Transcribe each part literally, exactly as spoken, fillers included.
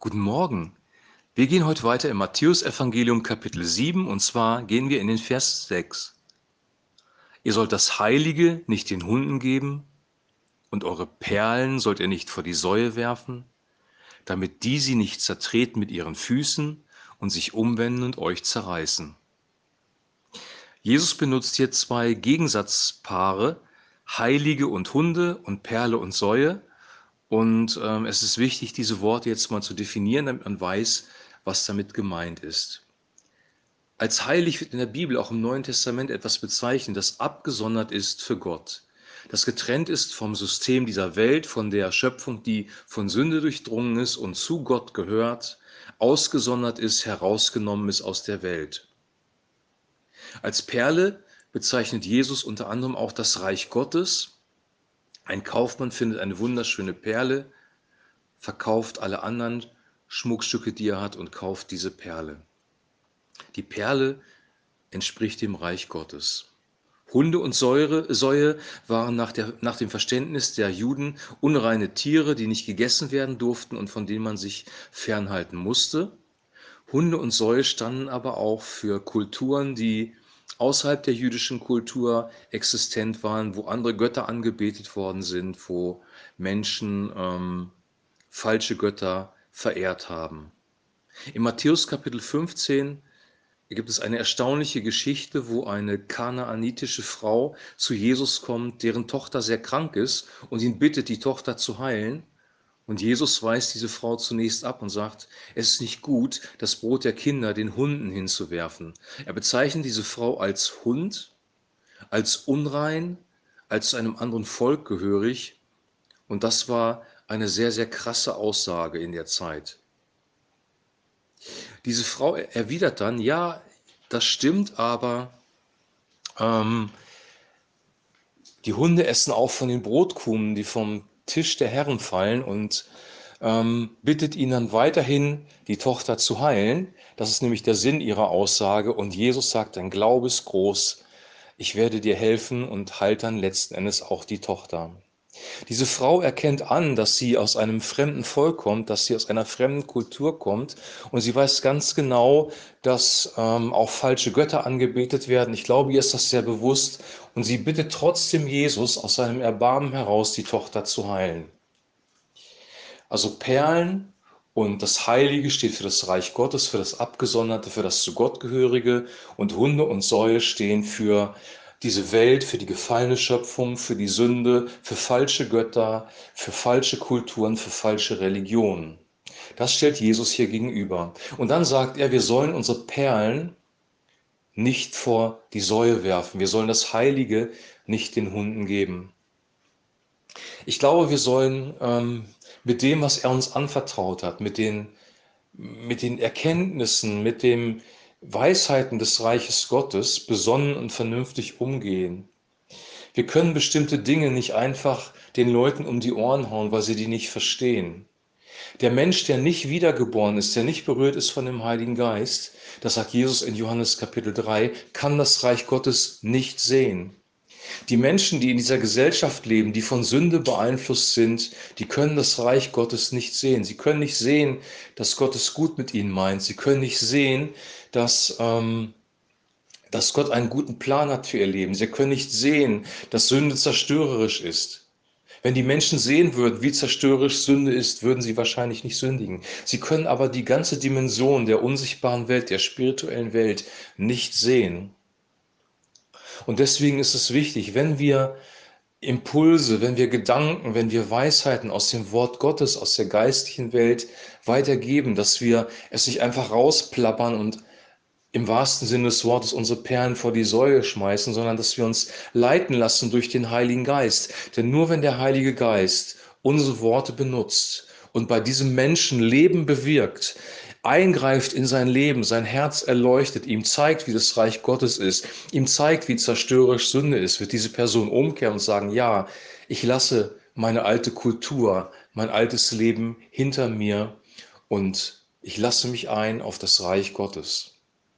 Guten Morgen. Wir gehen heute weiter im Matthäusevangelium Kapitel sieben und zwar gehen wir in den Vers sechs. Ihr sollt das Heilige nicht den Hunden geben und eure Perlen sollt ihr nicht vor die Säue werfen, damit die sie nicht zertreten mit ihren Füßen und sich umwenden und euch zerreißen. Jesus benutzt hier zwei Gegensatzpaare, Heilige und Hunde und Perle und Säue. Und ähm, es ist wichtig, diese Worte jetzt mal zu definieren, damit man weiß, was damit gemeint ist. Als heilig wird in der Bibel, auch im Neuen Testament, etwas bezeichnet, das abgesondert ist für Gott. Das getrennt ist vom System dieser Welt, von der Schöpfung, die von Sünde durchdrungen ist und zu Gott gehört, ausgesondert ist, herausgenommen ist aus der Welt. Als Perle bezeichnet Jesus unter anderem auch das Reich Gottes. Ein Kaufmann findet eine wunderschöne Perle, verkauft alle anderen Schmuckstücke, die er hat, und kauft diese Perle. Die Perle entspricht dem Reich Gottes. Hunde und Säure, Säue waren nach, der, nach dem Verständnis der Juden unreine Tiere, die nicht gegessen werden durften und von denen man sich fernhalten musste. Hunde und Säue standen aber auch für Kulturen, die außerhalb der jüdischen Kultur existent waren, wo andere Götter angebetet worden sind, wo Menschen ähm, falsche Götter verehrt haben. In Matthäus Kapitel fünfzehn gibt es eine erstaunliche Geschichte, wo eine kanaanitische Frau zu Jesus kommt, deren Tochter sehr krank ist und ihn bittet, die Tochter zu heilen. Und Jesus weist diese Frau zunächst ab und sagt, es ist nicht gut, das Brot der Kinder den Hunden hinzuwerfen. Er bezeichnet diese Frau als Hund, als unrein, als zu einem anderen Volk gehörig. Und das war eine sehr, sehr krasse Aussage in der Zeit. Diese Frau erwidert dann, ja, das stimmt, aber ähm, die Hunde essen auch von den Brotkrumen, die vom Tisch der Herren fallen, und ähm, bittet ihn dann weiterhin, die Tochter zu heilen. Das ist nämlich der Sinn ihrer Aussage. Und Jesus sagt, dein Glaube ist groß, ich werde dir helfen, und heilt dann letzten Endes auch die Tochter. Diese Frau erkennt an, dass sie aus einem fremden Volk kommt, dass sie aus einer fremden Kultur kommt, und sie weiß ganz genau, dass ähm, auch falsche Götter angebetet werden. Ich glaube, ihr ist das sehr bewusst, und sie bittet trotzdem Jesus aus seinem Erbarmen heraus, die Tochter zu heilen. Also Perlen und das Heilige steht für das Reich Gottes, für das Abgesonderte, für das zu Gott gehörige, und Hunde und Säue stehen für diese Welt, für die gefallene Schöpfung, für die Sünde, für falsche Götter, für falsche Kulturen, für falsche Religionen. Das stellt Jesus hier gegenüber. Und dann sagt er, wir sollen unsere Perlen nicht vor die Säue werfen. Wir sollen das Heilige nicht den Hunden geben. Ich glaube, wir sollen ähm, mit dem, was er uns anvertraut hat, mit den, mit den Erkenntnissen, mit den Weisheiten des Reiches Gottes besonnen und vernünftig umgehen. Wir können bestimmte Dinge nicht einfach den Leuten um die Ohren hauen, weil sie die nicht verstehen. Der Mensch, der nicht wiedergeboren ist, der nicht berührt ist von dem Heiligen Geist, das sagt Jesus in Johannes Kapitel drei, kann das Reich Gottes nicht sehen. Die Menschen, die in dieser Gesellschaft leben, die von Sünde beeinflusst sind, die können das Reich Gottes nicht sehen. Sie können nicht sehen, dass Gott es gut mit ihnen meint. Sie können nicht sehen, dass, ähm, dass Gott einen guten Plan hat für ihr Leben. Sie können nicht sehen, dass Sünde zerstörerisch ist. Wenn die Menschen sehen würden, wie zerstörerisch Sünde ist, würden sie wahrscheinlich nicht sündigen. Sie können aber die ganze Dimension der unsichtbaren Welt, der spirituellen Welt nicht sehen. Und deswegen ist es wichtig, wenn wir Impulse, wenn wir Gedanken, wenn wir Weisheiten aus dem Wort Gottes, aus der geistlichen Welt weitergeben, dass wir es nicht einfach rausplappern und im wahrsten Sinne des Wortes unsere Perlen vor die Säue schmeißen, sondern dass wir uns leiten lassen durch den Heiligen Geist. Denn nur wenn der Heilige Geist unsere Worte benutzt und bei diesem Menschen Leben bewirkt, eingreift in sein Leben, sein Herz erleuchtet, ihm zeigt, wie das Reich Gottes ist, ihm zeigt, wie zerstörerisch Sünde ist, wird diese Person umkehren und sagen, ja, ich lasse meine alte Kultur, mein altes Leben hinter mir und ich lasse mich ein auf das Reich Gottes.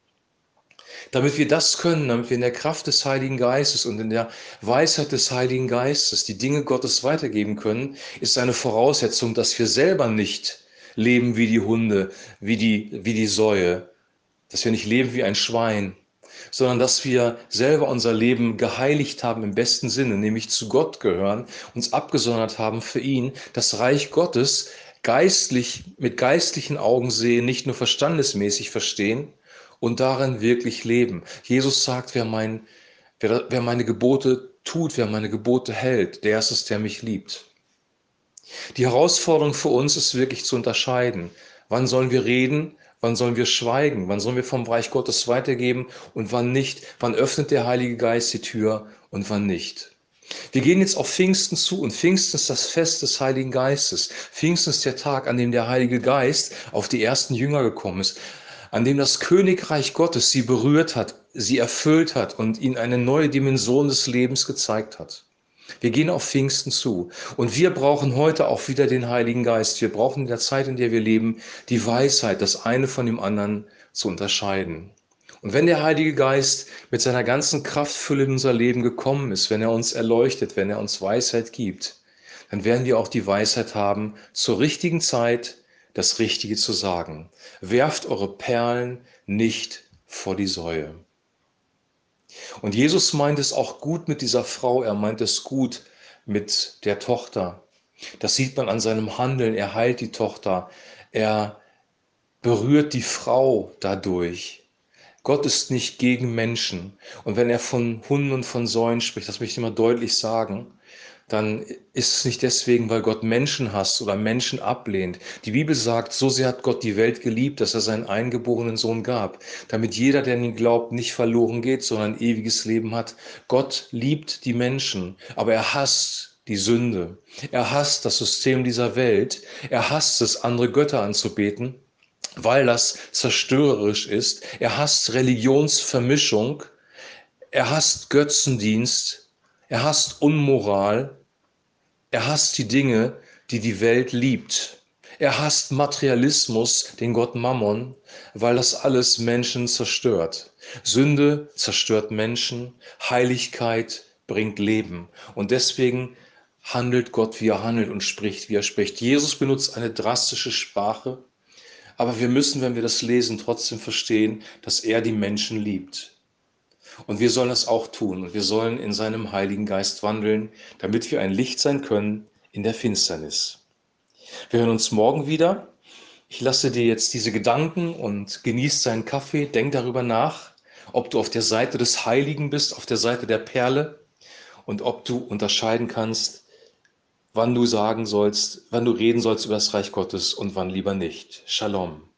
Damit wir das können, damit wir in der Kraft des Heiligen Geistes und in der Weisheit des Heiligen Geistes die Dinge Gottes weitergeben können, ist eine Voraussetzung, dass wir selber nicht leben wie die Hunde, wie die, wie die Säue, dass wir nicht leben wie ein Schwein, sondern dass wir selber unser Leben geheiligt haben im besten Sinne, nämlich zu Gott gehören, uns abgesondert haben für ihn, das Reich Gottes geistlich, mit geistlichen Augen sehen, nicht nur verstandesmäßig verstehen und darin wirklich leben. Jesus sagt, wer, mein, wer, wer meine Gebote tut, wer meine Gebote hält, der ist es, der mich liebt. Die Herausforderung für uns ist wirklich zu unterscheiden. Wann sollen wir reden? Wann sollen wir schweigen? Wann sollen wir vom Reich Gottes weitergeben und wann nicht? Wann öffnet der Heilige Geist die Tür und wann nicht? Wir gehen jetzt auf Pfingsten zu und Pfingsten ist das Fest des Heiligen Geistes. Pfingsten ist der Tag, an dem der Heilige Geist auf die ersten Jünger gekommen ist, an dem das Königreich Gottes sie berührt hat, sie erfüllt hat und ihnen eine neue Dimension des Lebens gezeigt hat. Wir gehen auf Pfingsten zu und wir brauchen heute auch wieder den Heiligen Geist. Wir brauchen in der Zeit, in der wir leben, die Weisheit, das eine von dem anderen zu unterscheiden. Und wenn der Heilige Geist mit seiner ganzen Kraftfülle in unser Leben gekommen ist, wenn er uns erleuchtet, wenn er uns Weisheit gibt, dann werden wir auch die Weisheit haben, zur richtigen Zeit das Richtige zu sagen. Werft eure Perlen nicht vor die Säue. Und Jesus meint es auch gut mit dieser Frau, er meint es gut mit der Tochter. Das sieht man an seinem Handeln, er heilt die Tochter, er berührt die Frau dadurch. Gott ist nicht gegen Menschen. Und wenn er von Hunden und von Säuen spricht, das möchte ich immer deutlich sagen, dann ist es nicht deswegen, weil Gott Menschen hasst oder Menschen ablehnt. Die Bibel sagt, so sehr hat Gott die Welt geliebt, dass er seinen eingeborenen Sohn gab, damit jeder, der an ihn glaubt, nicht verloren geht, sondern ein ewiges Leben hat. Gott liebt die Menschen, aber er hasst die Sünde. Er hasst das System dieser Welt. Er hasst es, andere Götter anzubeten, weil das zerstörerisch ist. Er hasst Religionsvermischung. Er hasst Götzendienst. Er hasst Unmoral. Er hasst die Dinge, die die Welt liebt. Er hasst Materialismus, den Gott Mammon, weil das alles Menschen zerstört. Sünde zerstört Menschen, Heiligkeit bringt Leben. Und deswegen handelt Gott, wie er handelt und spricht, wie er spricht. Jesus benutzt eine drastische Sprache, aber wir müssen, wenn wir das lesen, trotzdem verstehen, dass er die Menschen liebt. Und wir sollen das auch tun und wir sollen in seinem Heiligen Geist wandeln, damit wir ein Licht sein können in der Finsternis. Wir hören uns morgen wieder. Ich lasse dir jetzt diese Gedanken und genieß deinen Kaffee. Denk darüber nach, ob du auf der Seite des Heiligen bist, auf der Seite der Perle und ob du unterscheiden kannst, wann du sagen sollst, wann du reden sollst über das Reich Gottes und wann lieber nicht. Shalom.